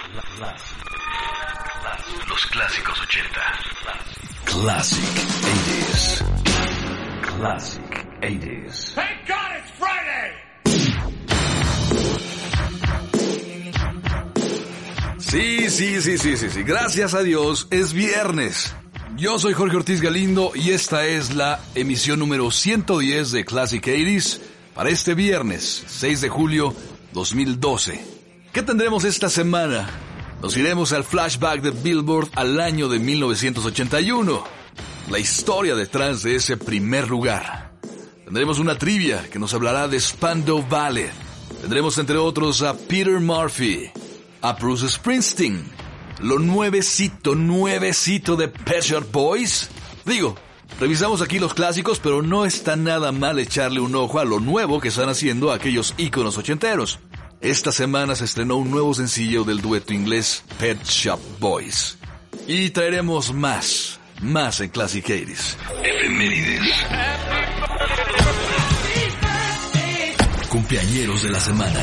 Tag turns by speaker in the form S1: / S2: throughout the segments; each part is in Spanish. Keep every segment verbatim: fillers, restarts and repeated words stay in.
S1: Los clásicos ochenta.
S2: Classic eighties. Classic eighties.
S3: Thank God it's Friday!
S2: Sí, sí, sí, sí, sí, sí. Gracias a Dios, es viernes. Yo soy Jorge Ortiz Galindo y esta es la emisión número ciento diez de Classic eighties para este viernes, seis de julio dos mil doce. ¿Qué tendremos esta semana? Nos iremos al flashback de Billboard al año de mil novecientos ochenta y uno. La historia detrás de ese primer lugar. Tendremos una trivia que nos hablará de Spandau Ballet. Tendremos entre otros a Peter Murphy, a Bruce Springsteen, lo nuevecito, nuevecito de Pet Shop Boys. Digo, revisamos aquí los clásicos, pero no está nada mal echarle un ojo a lo nuevo que están haciendo aquellos íconos ochenteros. Esta semana se estrenó un nuevo sencillo del dueto inglés Pet Shop Boys. Y traeremos más, más en Classic eighties.
S1: Efemérides.
S2: Cumpleañeros de la semana.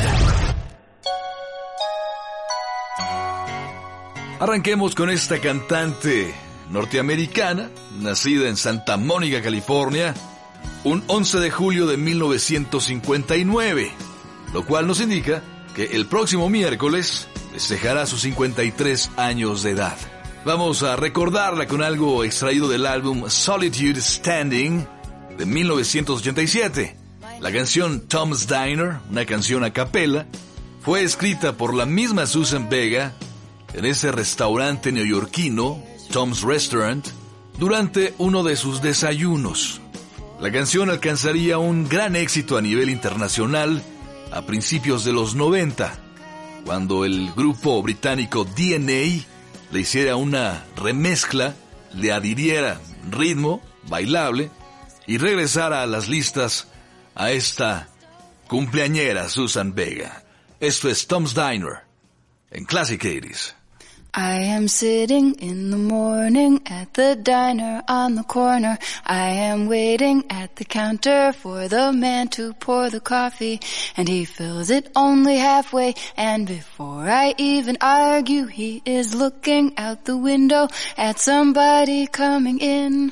S2: Arranquemos con esta cantante norteamericana, nacida en Santa Mónica, California, un once de julio de mil novecientos cincuenta y nueve. Lo cual nos indica que el próximo miércoles festejará sus cincuenta y tres años de edad. Vamos a recordarla con algo extraído del álbum Solitude Standing de mil novecientos ochenta y siete. La canción Tom's Diner, una canción a capela, fue escrita por la misma Susan Vega en ese restaurante neoyorquino, Tom's Restaurant, durante uno de sus desayunos. La canción alcanzaría un gran éxito a nivel internacional a principios de los noventa, cuando el grupo británico D N A le hiciera una remezcla, le adhiriera ritmo bailable y regresara a las listas a esta cumpleañera Susan Vega. Esto es Tom's Diner en Classic eighties.
S4: I am sitting in the morning at the diner on the corner. I am waiting at the counter for the man to pour the coffee, and he fills it only halfway, and before I even argue, he is looking out the window at somebody coming in.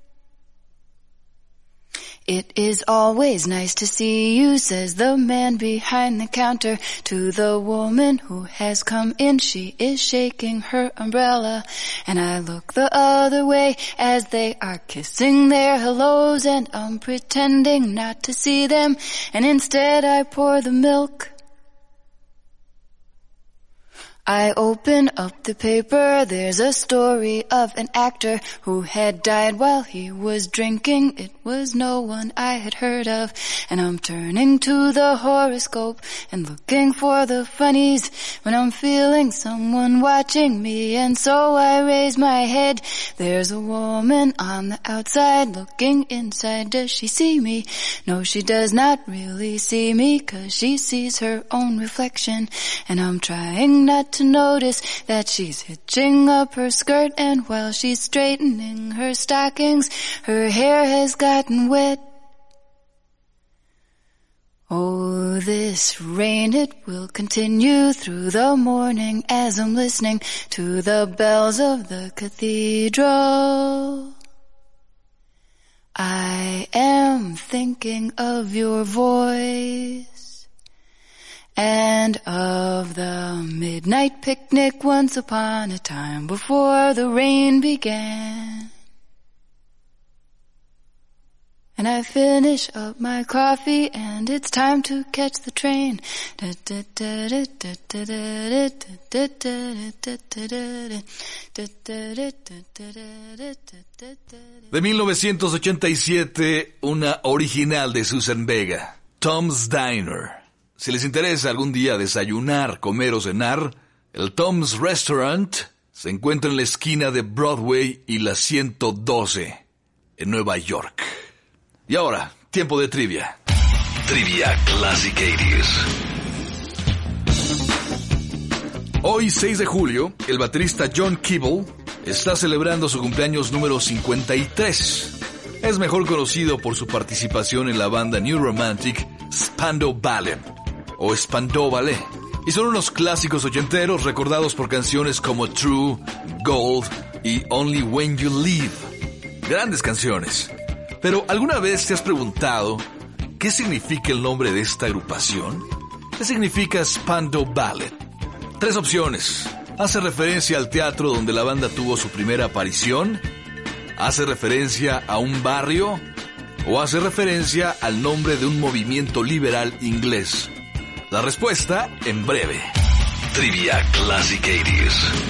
S4: It is always nice to see you, says the man behind the counter to the woman who has come in. She is shaking her umbrella, and I look the other way as they are kissing their hellos, and I'm pretending not to see them, and instead I pour the milk. I open up the paper, there's a story of an actor who had died while he was drinking. It was no one I had heard of, and I'm turning to the horoscope and looking for the funnies when I'm feeling someone watching me, and so I raise my head. There's a woman on the outside looking inside. Does she see me? No, she does not really see me, 'cause she sees her own reflection, and I'm trying not to notice that she's hitching up her skirt, and while she's straightening her stockings, her hair has gotten wet. Oh, this rain, it will continue through the morning as I'm listening to the bells of the cathedral. I am thinking of your voice and of the midnight picnic once upon a time before the rain began. And I finish up my coffee and it's time to catch the train.
S2: De mil novecientos ochenta y siete, una original de Susan Vega, Tom's Diner. Si les interesa algún día desayunar, comer o cenar, el Tom's Restaurant se encuentra en la esquina de Broadway y la ciento doce, en Nueva York. Y ahora, tiempo de trivia.
S1: Trivia Classic eighties.
S2: Hoy, seis de julio, el baterista John Keeble está celebrando su cumpleaños número cincuenta y tres. Es mejor conocido por su participación en la banda New Romantic Spandau Ballet, o Spandau Ballet, Y son unos clásicos ochenteros recordados por canciones como True, Gold y Only When You Leave. Grandes canciones. Pero ¿alguna vez te has preguntado qué significa el nombre de esta agrupación? ¿Qué significa Spandau Ballet? Tres opciones. ¿Hace referencia al teatro donde la banda tuvo su primera aparición? ¿Hace referencia a un barrio? ¿O hace referencia al nombre de un movimiento liberal inglés? La respuesta en breve.
S1: Trivia Classic ochenta.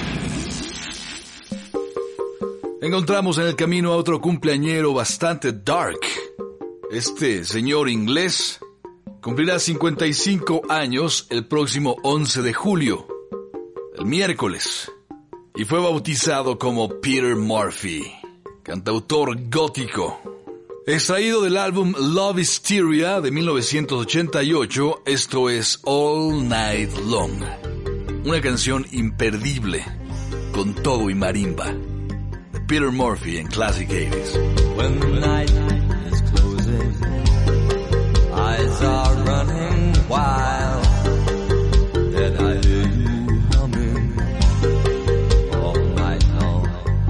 S2: Encontramos en el camino a otro cumpleañero bastante dark. Este señor inglés cumplirá cincuenta y cinco años el próximo once de julio, el miércoles, y fue bautizado como Peter Murphy, cantautor gótico. Extraído del álbum Love Hysteria de mil novecientos ochenta y ocho, esto es All Night Long, una canción imperdible, con todo y marimba, de Peter Murphy en Classic ochenta.
S3: When the night is closing, eyes are running wild, and I hear you humming all night long.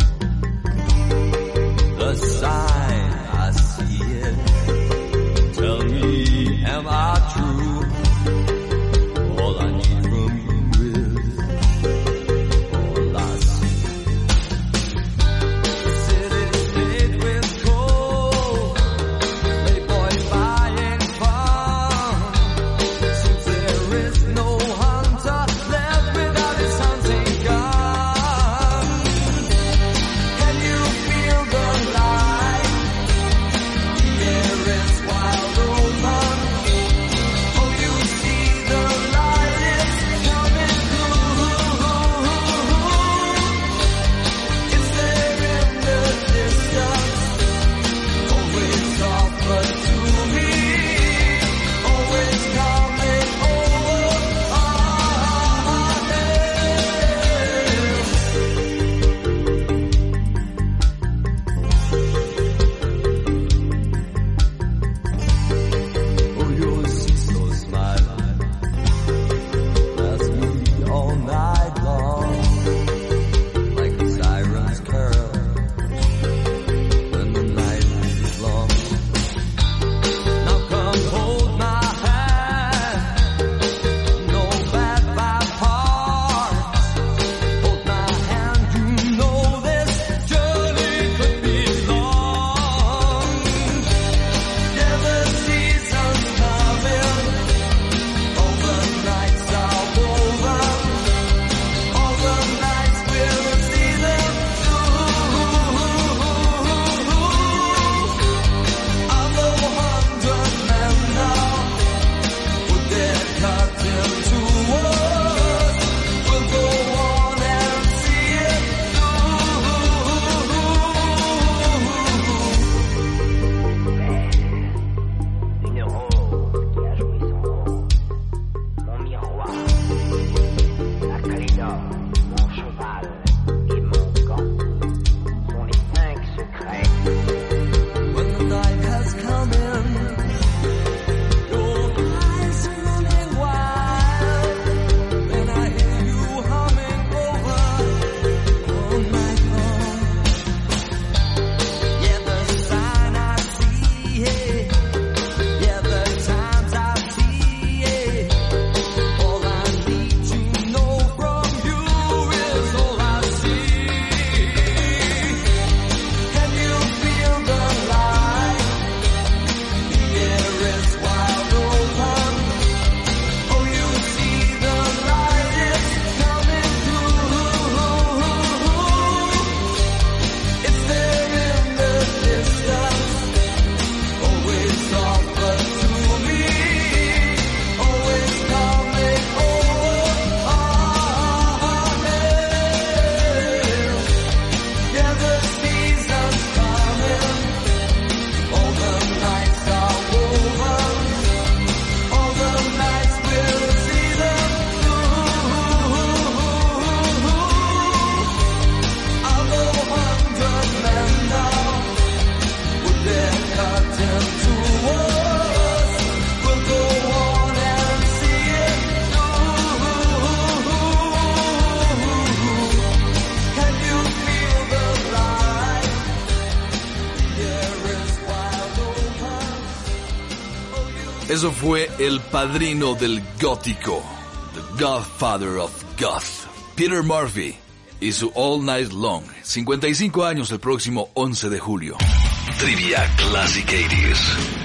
S3: The sign, I see it. Tell me, am I true? All I need from you is all I see. The city's made with gold, playboys buying fun. Since there is no hunter left
S2: Eso fue el padrino del gótico, the Godfather of Goth, Peter Murphy, y su All Night Long, cincuenta y cinco años el próximo once de julio.
S1: Trivia Classic ochenta.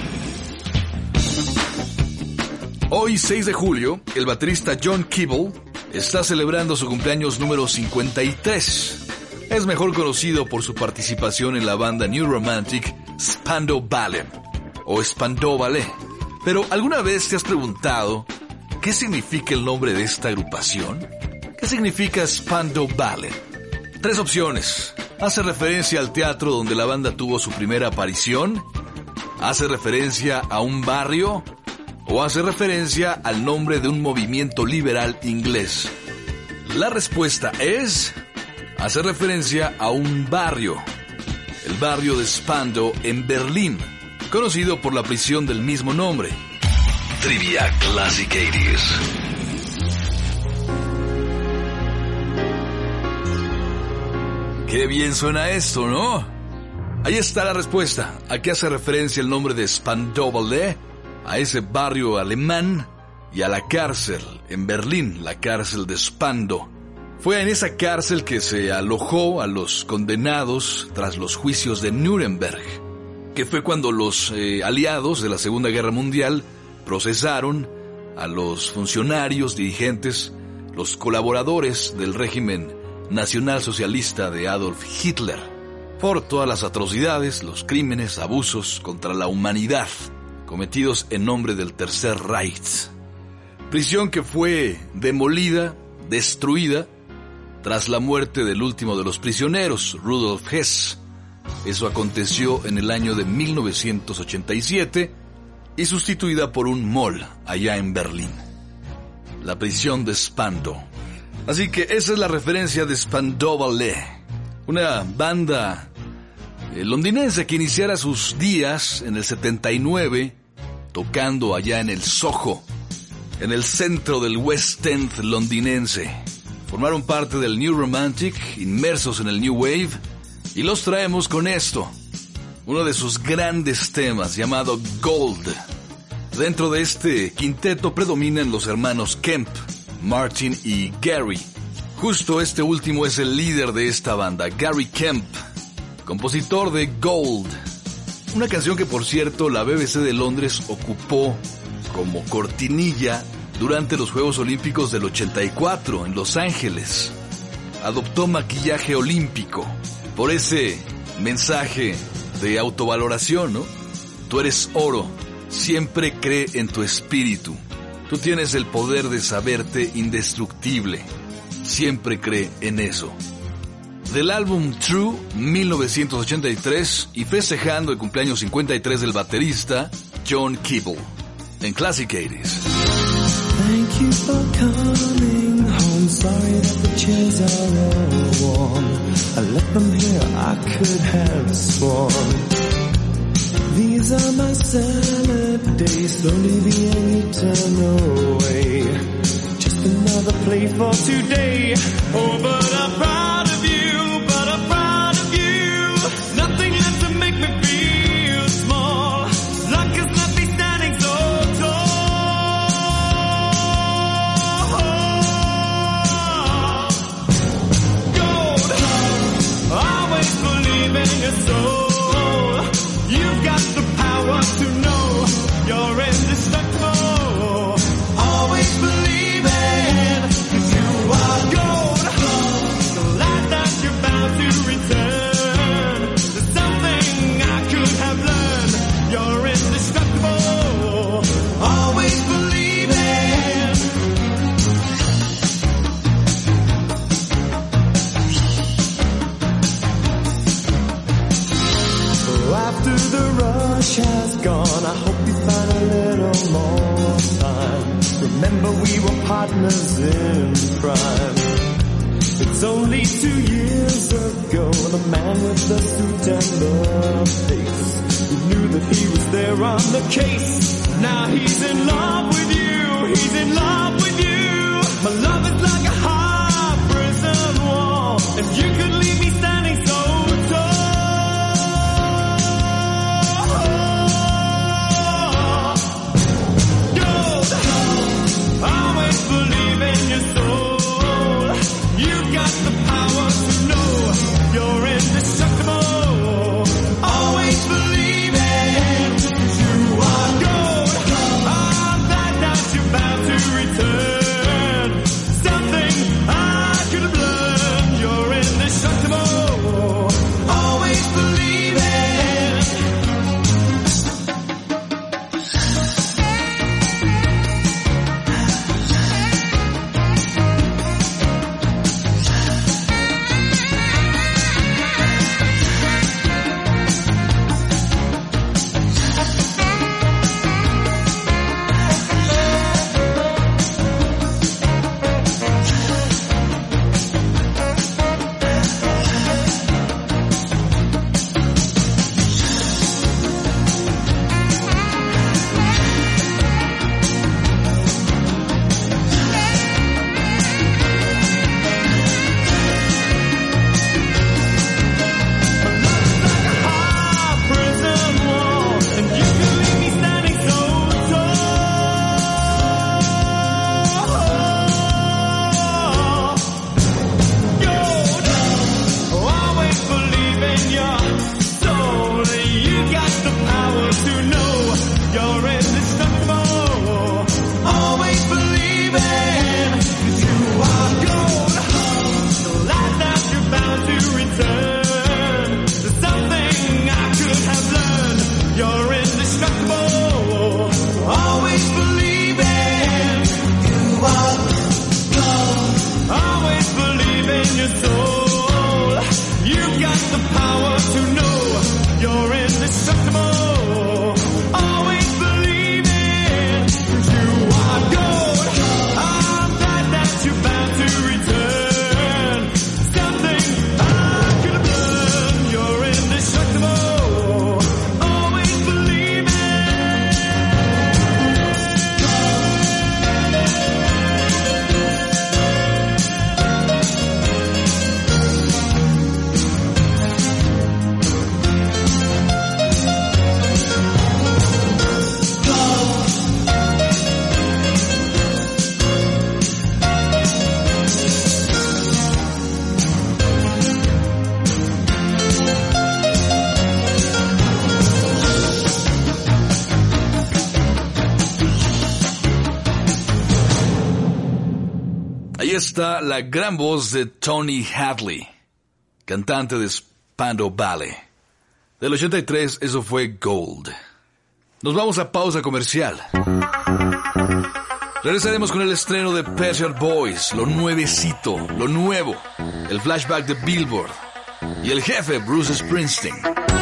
S2: Hoy, seis de julio, el baterista John Keeble está celebrando su cumpleaños número cincuenta y tres. Es mejor conocido por su participación en la banda New Romantic Spandau Ballet, o Spandau Ballet. Pero, ¿alguna vez te has preguntado qué significa el nombre de esta agrupación? ¿Qué significa Spandau Ballet? Tres opciones. ¿Hace referencia al teatro donde la banda tuvo su primera aparición? ¿Hace referencia a un barrio? ¿O hace referencia al nombre de un movimiento liberal inglés? La respuesta es... hace referencia a un barrio. El barrio de Spandau en Berlín, conocido por la prisión del mismo nombre.
S1: Trivia Classic ochenta.
S2: Qué bien suena esto, ¿no? Ahí está la respuesta. ¿A qué hace referencia el nombre de Spandau Ballet? A ese barrio alemán y a la cárcel en Berlín, la cárcel de Spandau. Fue en esa cárcel que se alojó a los condenados tras los juicios de Nuremberg, que fue cuando los eh, aliados de la Segunda Guerra Mundial procesaron a los funcionarios, dirigentes, los colaboradores del régimen nacionalsocialista de Adolf Hitler, por todas las atrocidades, los crímenes, abusos contra la humanidad cometidos en nombre del Tercer Reich. Prisión que fue demolida, destruida, tras la muerte del último de los prisioneros, Rudolf Hess. Eso aconteció en el año de mil novecientos ochenta y siete y sustituida por un mall allá en Berlín. La prisión de Spandau. Así que esa es la referencia de Spandau Ballet, una banda eh, londinense que iniciara sus días en el setenta y nueve tocando allá en el Soho, en el centro del West End londinense. Formaron parte del New Romantic, inmersos en el New Wave, y los traemos con esto, uno de sus grandes temas llamado Gold. Dentro de este quinteto predominan los hermanos Kemp, Martin y Gary. Justo este último es el líder de esta banda, Gary Kemp, compositor de Gold, una canción que, por cierto, la B B C de Londres ocupó como cortinilla durante los Juegos Olímpicos del ochenta y cuatro en Los Ángeles. Adoptó maquillaje olímpico por ese mensaje de autovaloración, ¿no? Tú eres oro, siempre cree en tu espíritu. Tú tienes el poder de saberte indestructible, siempre cree en eso. Del álbum True, mil novecientos ochenta y tres, y festejando el cumpleaños cincuenta y tres del baterista John Keeble, en Classic ochenta.
S3: Thank you for coming home. Sorry that the chairs are all warm. I left them here, I could have sworn. These are my salad days, slowly being eaten away. Just another play for today. Oh, but I'm proud of you, but I'm proud of you. Nothing left to make me feel small. Luck has left me standing so tall. Always believe in your soul. You've got the power to know you're indestructible. Always believe in, 'cause you are gold. The light that you're bound to return. There's something I could have learned. You're indestructible. Always believe in. After the rush has gone, I hope you find a little more time. Remember we were partners in crime. It's only two years ago, the man with the suit and the face, who knew that he was there on the case. Now he's in love with you, he's in love with you. My love is like a high prison wall, and you could leave me standing so tall.
S2: está la gran voz de Tony Hadley, cantante de Spandau Ballet. Del ochenta y tres, eso fue Gold. Nos vamos a pausa comercial. Regresaremos con el estreno de Pet Shop Boys, lo nuevecito, lo nuevo, el flashback de Billboard y el jefe Bruce Springsteen.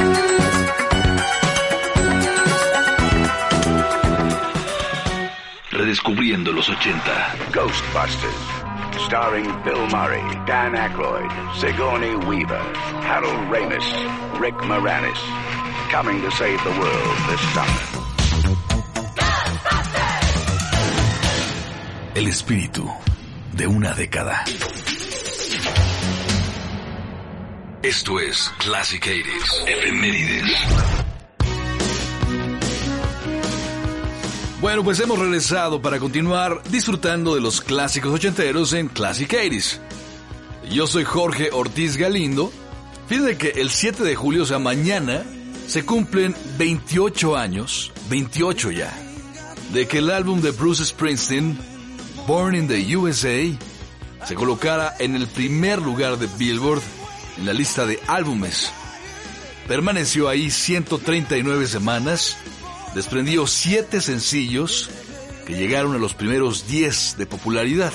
S1: Redescubriendo los ochenta.
S5: Ghostbusters, starring Bill Murray, Dan Aykroyd, Sigourney Weaver, Harold Ramis, Rick Moranis, coming to save the world this summer.
S2: El espíritu de una década.
S1: Esto es Classic ochenta, efemérides.
S2: Bueno, pues hemos regresado para continuar disfrutando de los clásicos ochenteros en Classic ochenta. Yo soy Jorge Ortiz Galindo. Fíjense que el siete de julio, o sea, mañana, se cumplen veintiocho años, veintiocho ya, de que el álbum de Bruce Springsteen, Born in the U S A, se colocara en el primer lugar de Billboard en la lista de álbumes. Permaneció ahí ciento treinta y nueve semanas, desprendió siete sencillos que llegaron a los primeros diez de popularidad.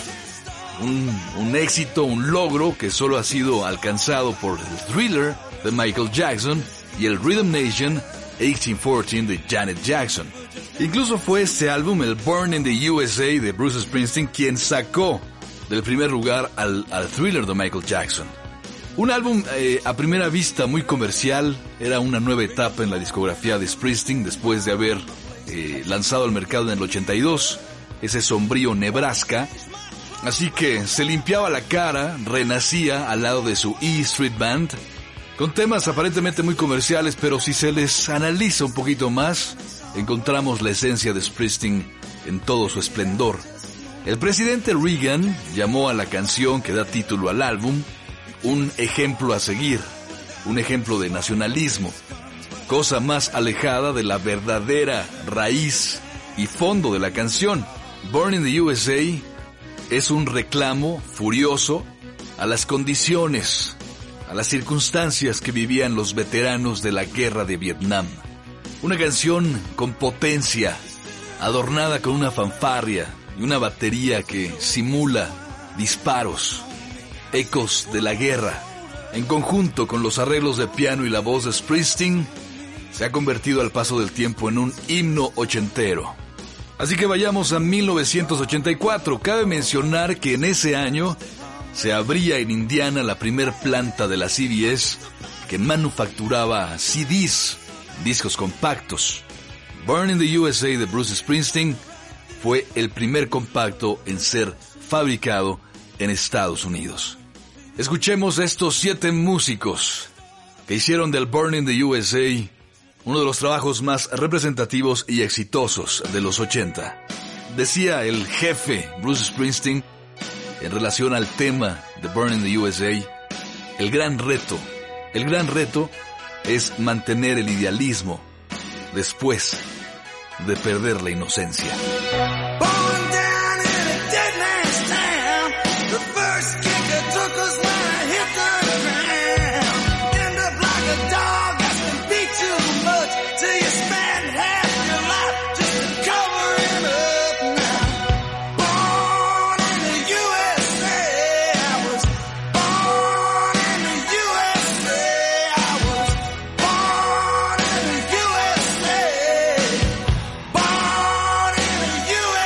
S2: Un, un éxito, un logro que solo ha sido alcanzado por el Thriller de Michael Jackson y el Rhythm Nation dieciocho catorce de Janet Jackson. Incluso fue este álbum, el Born in the U S A de Bruce Springsteen, quien sacó del primer lugar al, al Thriller de Michael Jackson. Un álbum eh, a primera vista muy comercial, era una nueva etapa en la discografía de Springsteen después de haber eh, lanzado al mercado en el ochenta y dos ese sombrío Nebraska. Así que se limpiaba la cara, renacía al lado de su E Street Band, con temas aparentemente muy comerciales, pero si se les analiza un poquito más, encontramos la esencia de Springsteen en todo su esplendor. El presidente Reagan llamó a la canción que da título al álbum un ejemplo a seguir, un ejemplo de nacionalismo, cosa más alejada de la verdadera raíz y fondo de la canción. Born in the U S A es un reclamo furioso a las condiciones, a las circunstancias que vivían los veteranos de la guerra de Vietnam. Una canción con potencia, adornada con una fanfarria y una batería que simula disparos, ecos de la guerra. En conjunto con los arreglos de piano y la voz de Springsteen, se ha convertido al paso del tiempo en un himno ochentero. Así que vayamos a mil novecientos ochenta y cuatro. Cabe mencionar que en ese año se abría en Indiana la primer planta de la C B S que manufacturaba C Ds, discos compactos. Born in the U S A de Bruce Springsteen fue el primer compacto en ser fabricado en Estados Unidos. Escuchemos a estos siete músicos que hicieron del Born in the U S A uno de los trabajos más representativos y exitosos de los ochenta. Decía el jefe Bruce Springsteen en relación al tema de Born in the U S A, el gran reto, el gran reto es mantener el idealismo después de perder la inocencia.
S6: U S A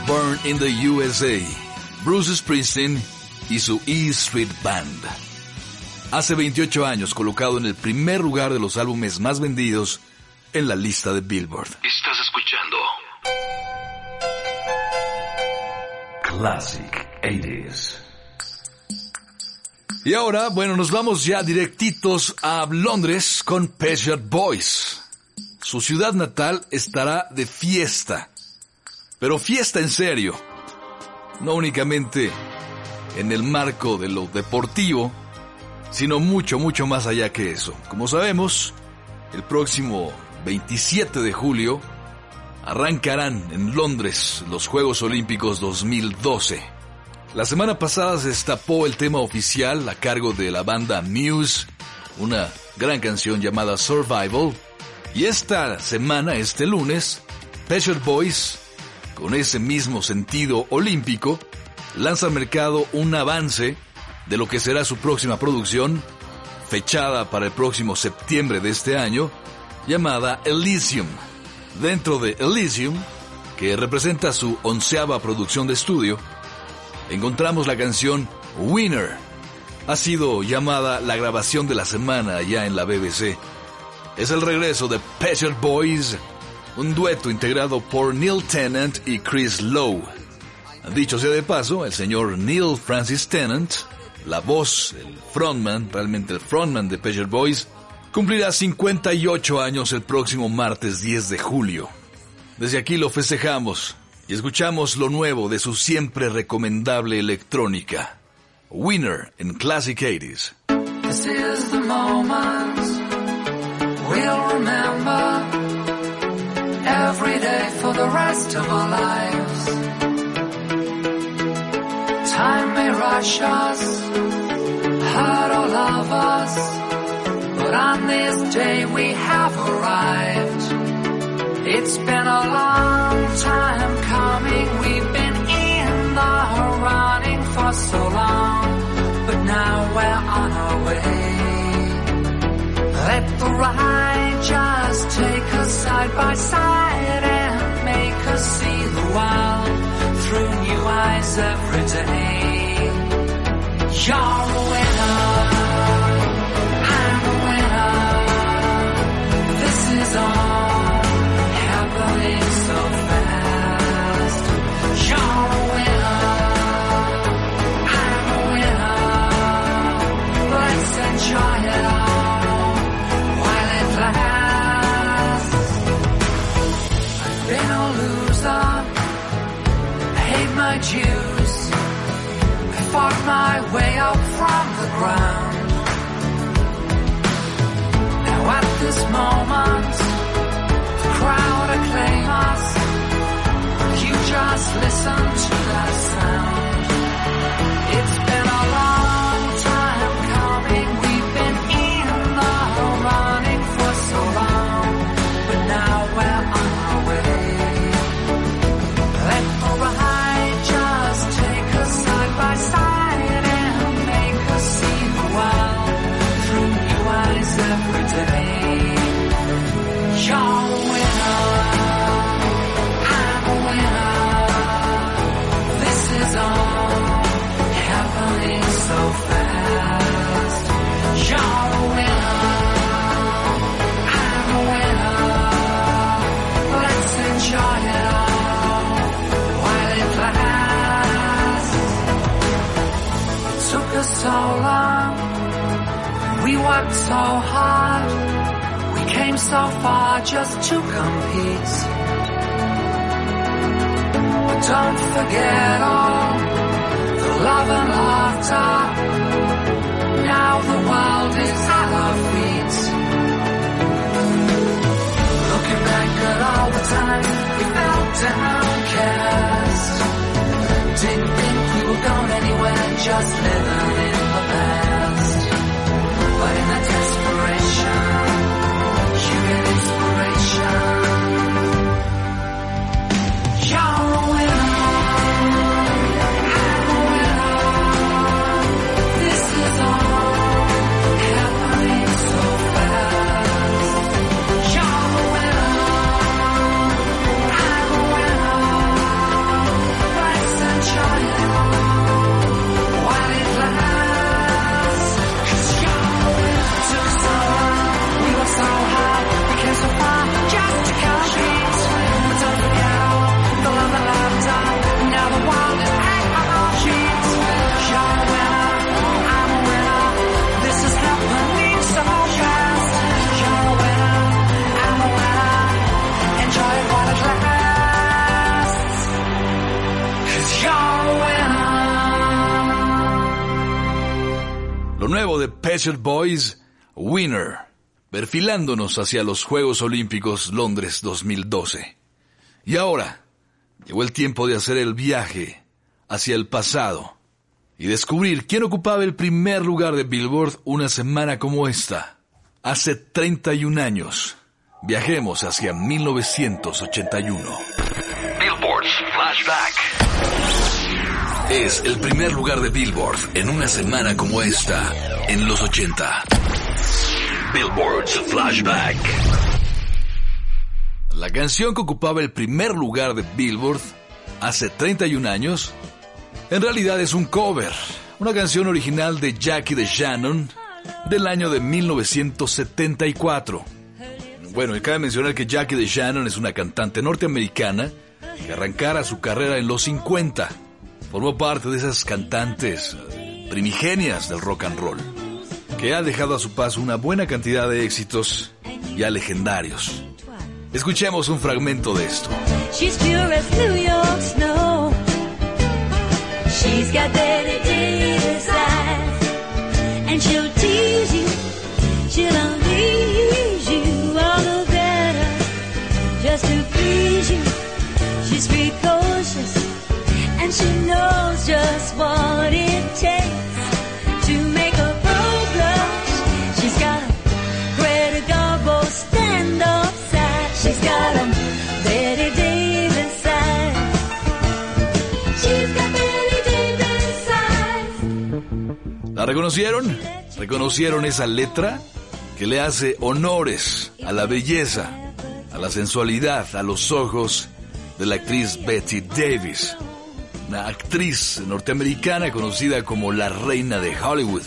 S2: Born in the U S A, Bruce Springsteen y su E Street Band. Hace veintiocho años colocado en el primer lugar de los álbumes más vendidos en la lista de Billboard.
S1: Estás escuchando Classic ochenta.
S2: Y ahora, bueno, nos vamos ya directitos a Londres con Pet Shop Boys. Su ciudad natal estará de fiesta, pero fiesta en serio, no únicamente en el marco de lo deportivo, sino mucho, mucho más allá que eso. Como sabemos, el próximo veintisiete de julio arrancarán en Londres los Juegos Olímpicos dos mil doce. La semana pasada se destapó el tema oficial a cargo de la banda Muse, una gran canción llamada Survival, y esta semana, este lunes, Pet Shop Boys, con ese mismo sentido olímpico, lanza al mercado un avance de lo que será su próxima producción, fechada para el próximo septiembre de este año, llamada Elysium. Dentro de Elysium, que representa su onceava producción de estudio, encontramos la canción Winner. Ha sido llamada la grabación de la semana ya en la B B C. Es el regreso de Pet Shop Boys, un dueto integrado por Neil Tennant y Chris Lowe. Dicho sea de paso, el señor Neil Francis Tennant, la voz, el frontman, realmente el frontman de Pet Shop Boys, cumplirá cincuenta y ocho años el próximo martes diez de julio. Desde aquí lo festejamos y escuchamos lo nuevo de su siempre recomendable electrónica, Winner en Classic ochenta.
S6: This is the moment we'll remember every day for the rest of our lives. Time may rush us, hurt or love us, but on this day we have arrived. It's been a long time coming, we've been in the running for so long, but now we're on our way. Let the ride just take us side by side and make us see the world through new eyes every day. You're a winner, I'm a winner, this is all happening so fast. You're a winner, I'm a winner, let's enjoy it all while it lasts. I've been a loser, I hate my dues, I fought my way up from the ground. Now at this moment, the crowd acclaim us, you just listen to that sound. It's been a long time coming, we've been in the running for so long, but now we're on our way. Let the ride just take us side by side and make us see the world through new eyes every day. You're a winner, I'm a winner, this is all happening so fast. You're a winner, I'm a winner, let's enjoy it all while it lasts. It took us so long, we worked so hard, we came so far just to compete. But don't forget all the love and laughter. Now the world is at our feet. Looking back at all the times we felt downcast, didn't think we were going anywhere, just living in the past. But in that desperation, you get inspiration. You're a winner, I'm a winner, this is all happening so fast. You're a winner, I'm a winner,
S2: nuevo de Pet Shop Boys, Winner, perfilándonos hacia los Juegos Olímpicos Londres dos mil doce. Y ahora, llegó el tiempo de hacer el viaje hacia el pasado y descubrir quién ocupaba el primer lugar de Billboard una semana como esta, hace treinta y un años. Viajemos hacia mil novecientos ochenta y uno.
S1: Billboard's Flashback.
S2: Es el primer lugar de Billboard en una semana como esta, en los ochenta.
S1: Billboard's Flashback.
S2: La canción que ocupaba el primer lugar de Billboard hace treinta y un años, en realidad es un cover, una canción original de Jackie DeShannon del año de mil novecientos setenta y cuatro. Bueno, y cabe mencionar que Jackie DeShannon es una cantante norteamericana que arrancara su carrera en los cincuenta. Formó parte de esas cantantes primigenias del rock and roll, que ha dejado a su paso una buena cantidad de éxitos ya legendarios. Escuchemos un fragmento de esto.
S7: She's pure as New York snow. She's got Betty Davis eyes, and she'll tease you, she'll unleash you all the better, just to please you. She's precocious, and she knows just what it takes to make a pro blush. She's got a Greta Garbo stand-up side. She's got a Betty Davis side. She's got Betty Davis side.
S2: ¿La reconocieron? ¿Reconocieron esa letra que le hace honores a la belleza, a la sensualidad, a los ojos de la actriz Betty Davis? Una actriz norteamericana conocida como la reina de Hollywood,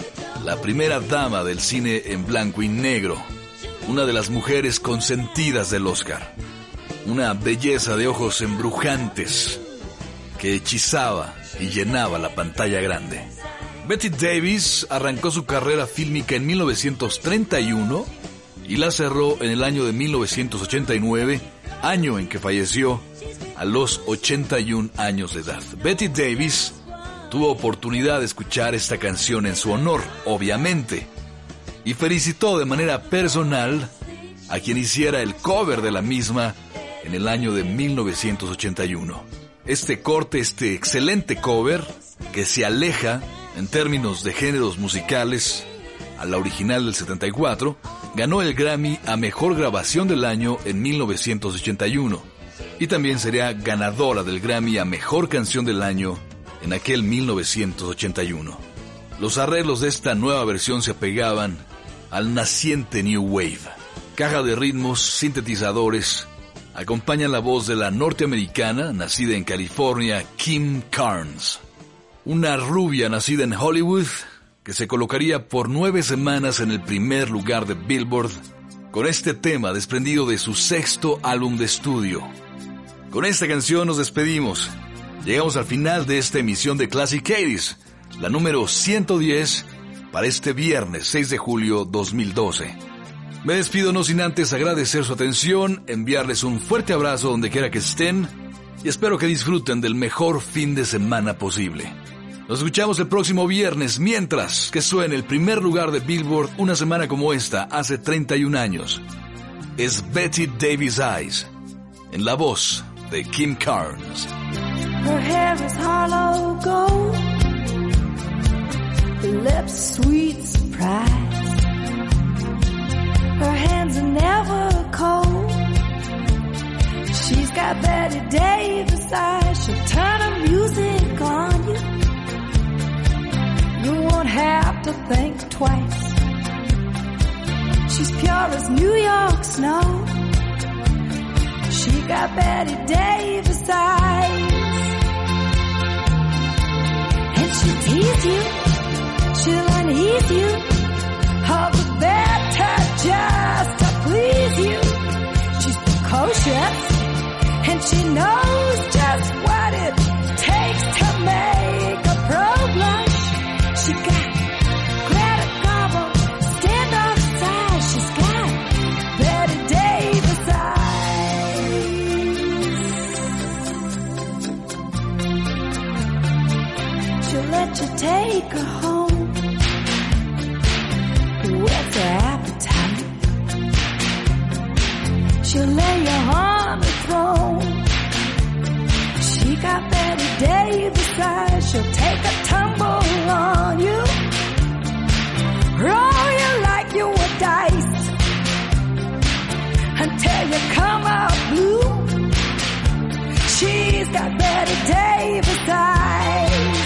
S2: la primera dama del cine en blanco y negro, una de las mujeres consentidas del Oscar, una belleza de ojos embrujantes que hechizaba y llenaba la pantalla grande. Betty Davis arrancó su carrera fílmica en mil novecientos treinta y uno y la cerró en el año de mil novecientos ochenta y nueve, año en que falleció a los ochenta y un años de edad. Betty Davis tuvo oportunidad de escuchar esta canción en su honor, obviamente, y felicitó de manera personal a quien hiciera el cover de la misma en el año de mil novecientos ochenta y uno. Este corte, este excelente cover, que se aleja en términos de géneros musicales a la original del setenta y cuatro, ganó el Grammy a Mejor Grabación del Año en mil novecientos ochenta y uno. Y también sería ganadora del Grammy a Mejor Canción del Año en aquel mil novecientos ochenta y uno. Los arreglos de esta nueva versión se apegaban al naciente New Wave. Caja de ritmos, sintetizadores, acompañan la voz de la norteamericana, nacida en California, Kim Carnes. Una rubia nacida en Hollywood, que se colocaría por nueve semanas en el primer lugar de Billboard, con este tema desprendido de su sexto álbum de estudio. Con esta canción nos despedimos. Llegamos al final de esta emisión de Classic ochenta, la número ciento diez, para este viernes seis de julio dos mil doce. Me despido no sin antes agradecer su atención, enviarles un fuerte abrazo donde quiera que estén y espero que disfruten del mejor fin de semana posible. Nos escuchamos el próximo viernes, mientras que suene el primer lugar de Billboard una semana como esta, hace treinta y un años. Es Betty Davis Eyes, en la voz de Kim Carnes.
S7: Her hair is hollow gold, her lips sweet surprise, her hands are never cold. She's got Betty Davis eyes, she'll turn her music on you. You won't have to think twice. She's pure as New York snow. She got Betty Davis eyes, and she'll tease you, she'll unease you, all the better just to please you. She's precocious, and she knows just what it takes to make a pro blush. She got Greta Garbo stand-up side. She's got Betty Davis eyes. She'll let you take her home appetite. She'll lay you on the throne. She got Betty Davis eyes. She'll take a tumble on you, roll you like you were dice until you come out blue. She's got Betty Davis eyes.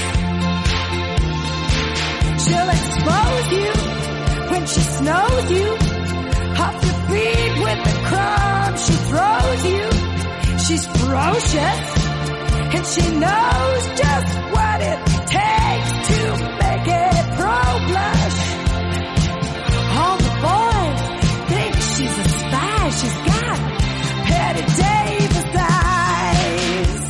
S7: She'll expose you when she snows you, off your feet with the crumbs she throws you. She's ferocious, and she knows just what it takes to make a pro blush. All the boys think she's a spy. She's got Betty Davis eyes.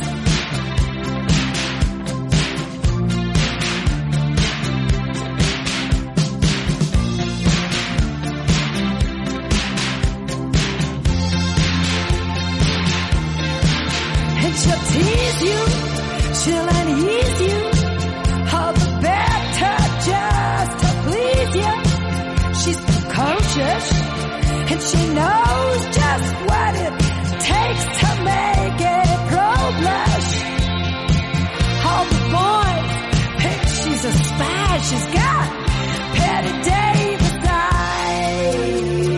S7: And she'll tease you, she'll unease you, all the better just to please you. She's precocious, and she knows just what it takes to make a pro blush. All the boys think she's a spy. She's got Betty Davis eyes.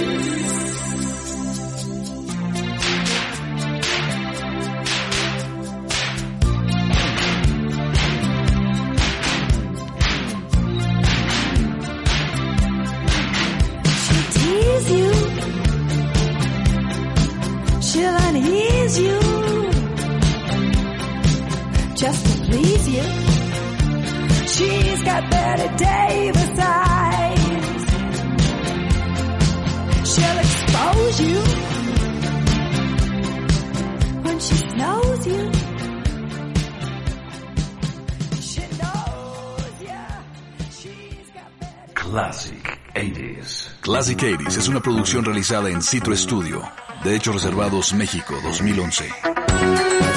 S7: You. She'll unease you just to please you. She's got Betty Davis eyes. She'll expose you when she snows you. She knows ya. She's got Betty.
S2: Classic eighties. Classic eighties es una producción realizada en Citro Studio. Derechos reservados México dos mil once.